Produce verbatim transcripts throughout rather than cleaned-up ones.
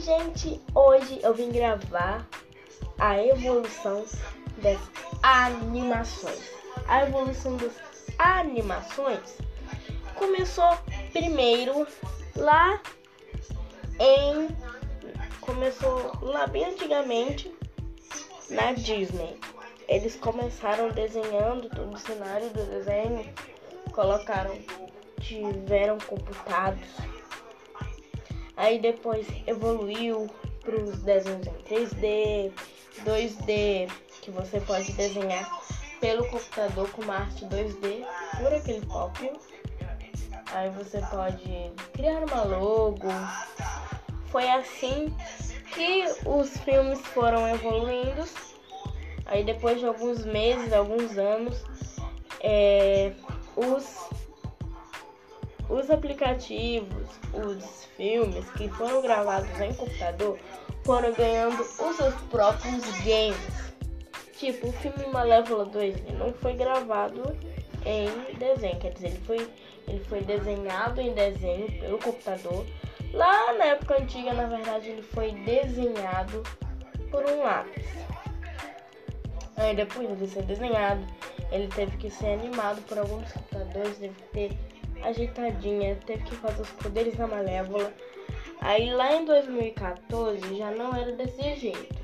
gente, hoje eu vim gravar a evolução das animações. A evolução das animações começou primeiro lá em... Começou lá bem antigamente na Disney. Eles começaram desenhando todo o cenário do desenho, colocaram, tiveram computados. Aí depois evoluiu para os desenhos em três D, dois D, que você pode desenhar pelo computador com uma arte dois D por aquele cópio. Aí você pode criar uma logo. Foi assim que os filmes foram evoluindo. Aí depois de alguns meses, alguns anos, é, os, os aplicativos, os filmes que foram gravados em computador foram ganhando os seus próprios games. Tipo, o filme Malévola dois não foi gravado em desenho, quer dizer, ele foi, ele foi desenhado em desenho pelo computador. Lá na época antiga, na verdade, ele foi desenhado por um lápis. Aí depois de ser desenhado, ele teve que ser animado por alguns computadores, teve que ter ajeitadinha, teve que fazer os poderes da Malévola. Aí lá em dois mil e quatorze já não era desse jeito.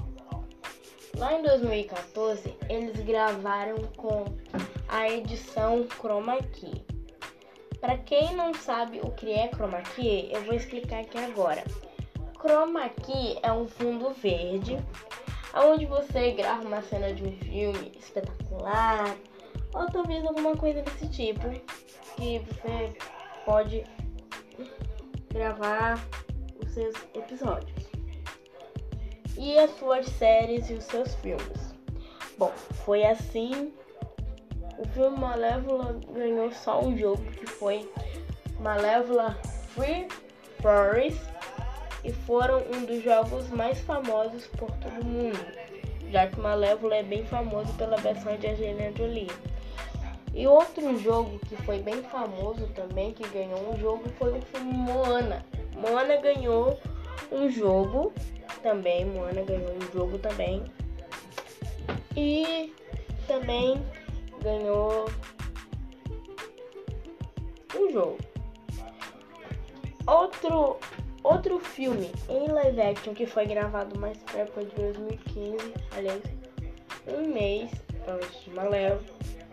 Lá em dois mil e quatorze eles gravaram com a edição Chroma Key. Para quem não sabe o que é Chroma Key, eu vou explicar aqui agora. Chroma Key é um fundo verde, onde você grava uma cena de um filme espetacular, ou talvez alguma coisa desse tipo, que você pode gravar os seus episódios e as suas séries e os seus filmes. Bom, foi assim. O filme Malévola ganhou só um jogo, que foi Malévola Free Forest, e foram um dos jogos mais famosos por todo mundo, já que Malévola é bem famoso pela versão de Angelina Jolie. E outro jogo que foi bem famoso também, que ganhou um jogo, foi o filme Moana. Moana ganhou um jogo também, Moana ganhou um jogo também. E também ganhou um jogo. Outro, outro filme em live action que foi gravado mais pra época de dois mil e quinze, aliás, um mês antes de Malévola.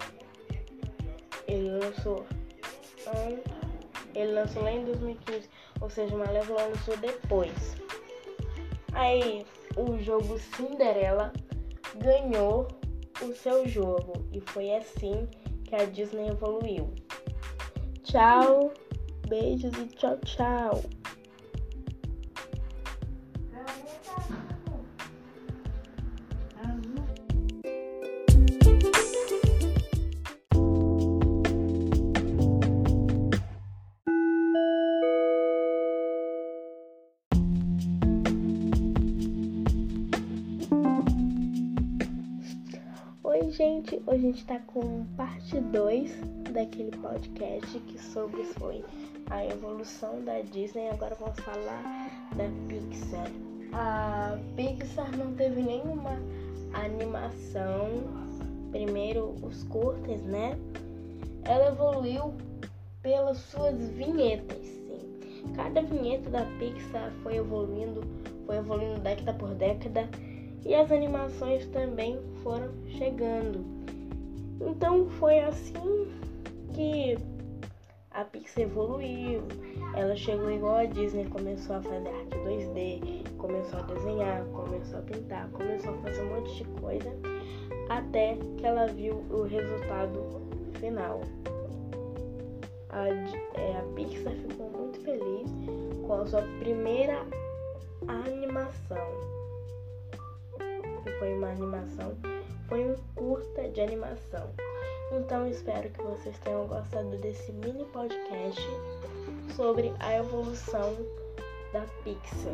Ele lançou, ele lançou lá em dois mil e quinze, ou seja, Malévola lançou depois. Aí o jogo Cinderela ganhou o seu jogo, e foi assim que a Disney evoluiu. Tchau, beijos e tchau, tchau. Oi, gente, hoje a gente tá com parte dois daquele podcast que sobre foi a evolução da Disney. Agora vamos falar da Pixar. A Pixar não teve nenhuma animação, primeiro os curtas, né? Ela evoluiu pelas suas vinhetas, sim. Cada vinheta da Pixar foi evoluindo, foi evoluindo década por década. E as animações também foram chegando. Então foi assim que a Pixar evoluiu. Ela chegou igual a Disney, começou a fazer arte dois D, começou a desenhar, começou a pintar, começou a fazer um monte de coisa, até que ela viu o resultado final. A, é, a Pixar ficou muito feliz com a sua primeira animação. Foi uma animação, foi um curta de animação. Então espero que vocês tenham gostado desse mini podcast sobre a evolução da Pixar.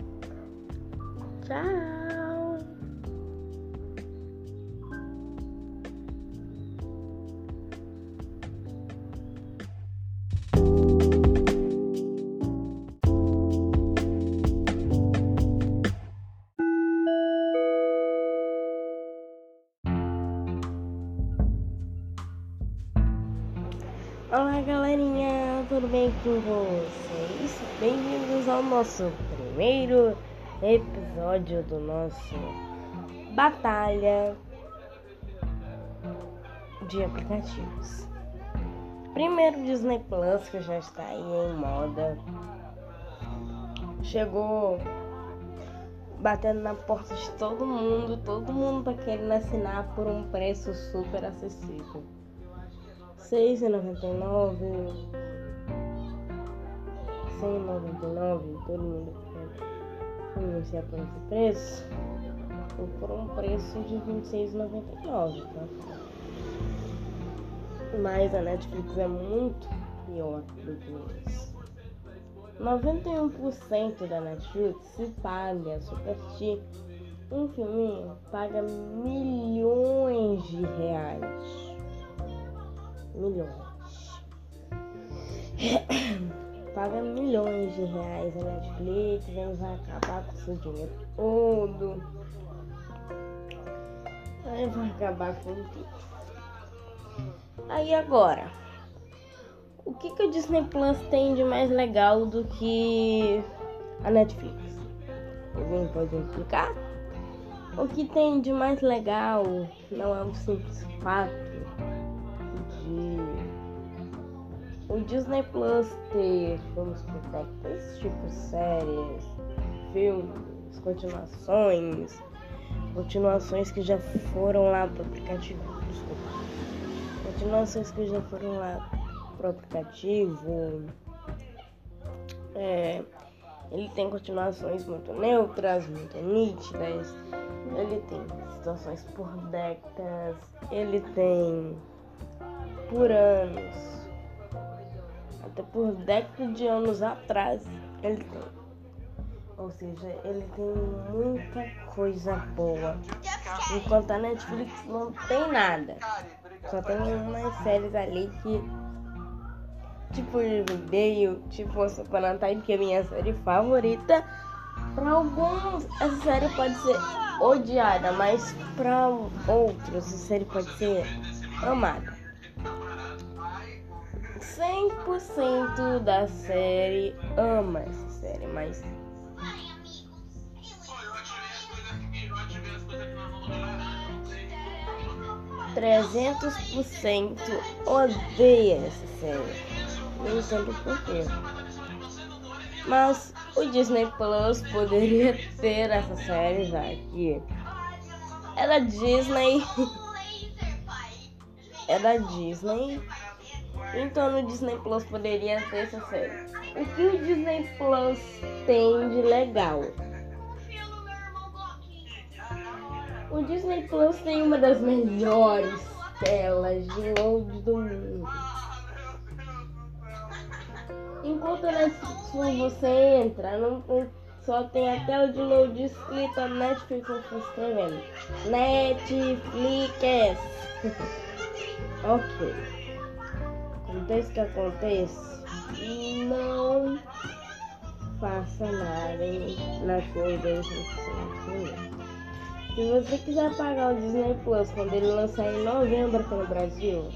Tchau! Olá galerinha, tudo bem com vocês? Bem-vindos ao nosso primeiro episódio do nosso Batalha de Aplicativos. Primeiro Disney Plus, que já está aí em moda, chegou batendo na porta de todo mundo, todo mundo tá querendo assinar por um preço super acessível. seis reais e noventa e nove centavos, cem reais e noventa e nove centavos, todo mundo quer anunciar por esse preço, ou por um preço de vinte e seis reais e noventa e nove centavos, tá? Mas a Netflix é muito pior do que isso. noventa e um por cento da Netflix se paga, se assistir um filminho, paga milhões de reais. Milhões. Paga milhões de reais a Netflix, ele vai acabar com o seu dinheiro todo. Aí vai acabar com tudo. Aí agora, o que, que o Disney Plus tem de mais legal do que a Netflix? Alguém pode explicar? O que tem de mais legal não é um simples fato de o Disney Plus ter, vamos explicar, esse tipo de séries, filmes, continuações, continuações que já foram lá pro aplicativo, desculpa, continuações que já foram lá pro aplicativo. É, ele tem continuações muito neutras, muito nítidas. Ele tem situações por décadas. Ele tem por anos, até por décadas de anos atrás. Ele tem, ou seja, ele tem muita coisa boa. Enquanto a Netflix não tem nada. Só tem umas séries ali que, tipo Riverdale, tipo Once Upon a Time, que é a minha série favorita. Para alguns, essa série pode ser odiada, mas para outros, essa série pode ser amada. cem por cento da série ama essa série, mas trezentos por cento odeia essa série. Não entendo porquê. Mas o Disney Plus poderia ter essa série, já que é da Disney. É da Disney. Então no Disney Plus poderia ter essa série. O que o Disney Plus tem de legal? O Disney Plus tem uma das melhores telas de load do mundo. Enquanto a Netflix você entra, não, só tem a tela de load escrita Netflix, você escrevendo Netflix. Ok. Acontece que acontece, não faça nada na sua identificação. Se você quiser pagar o Disney Plus quando ele lançar em novembro aqui no Brasil,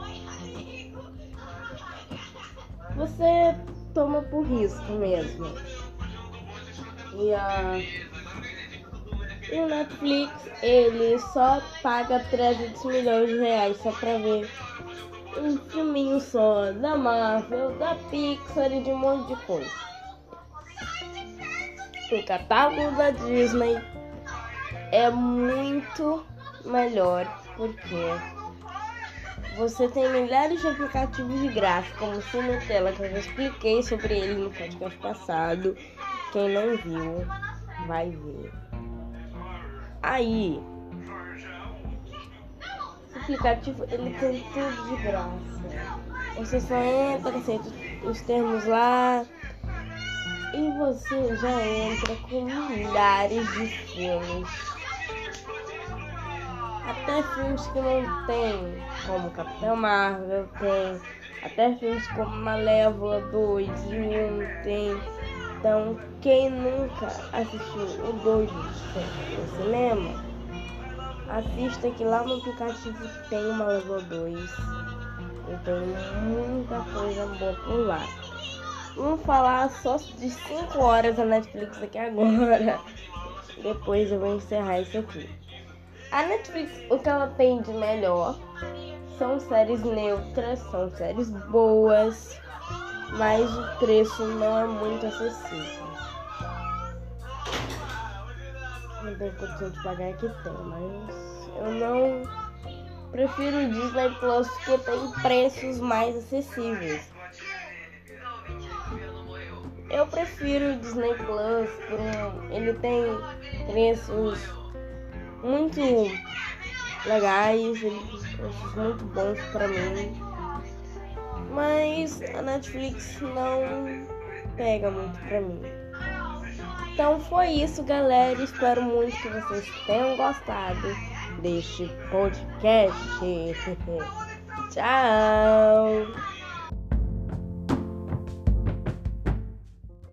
você toma por risco mesmo. E, a... e o Netflix, ele só paga trezentos milhões de reais só pra ver um filminho só da Marvel, da Pixar e de um monte de coisa. O catálogo da Disney é muito melhor porque você tem milhares de aplicativos de gráfico, como o Cinetela, que eu já expliquei sobre ele no podcast passado. Quem não viu, vai ver. Aí, esse aplicativo, ele tem tudo de graça. Você só entra, aceita os termos lá e você já entra com milhares de filmes. Até filmes que não tem, como Capitão Marvel, tem. Até filmes como Malévola dois e um tem. Então, quem nunca assistiu o dois no cinema, assista que lá no aplicativo tem o Malévola dois. E tem muita coisa boa por lá. Vamos falar só de cinco horas da Netflix aqui agora. Depois eu vou encerrar isso aqui. A Netflix, o que ela tem de melhor são séries neutras, são séries boas, mas o preço não é muito acessível. Não tenho condição de pagar aqui tem, mas eu não prefiro o Disney Plus porque tem preços mais acessíveis. Eu prefiro o Disney Plus, por um, ele tem preços muito legais, ele tem preços muito bons pra mim, mas a Netflix não pega muito pra mim. Então foi isso, galera, espero muito que vocês tenham gostado deste podcast. Tchau!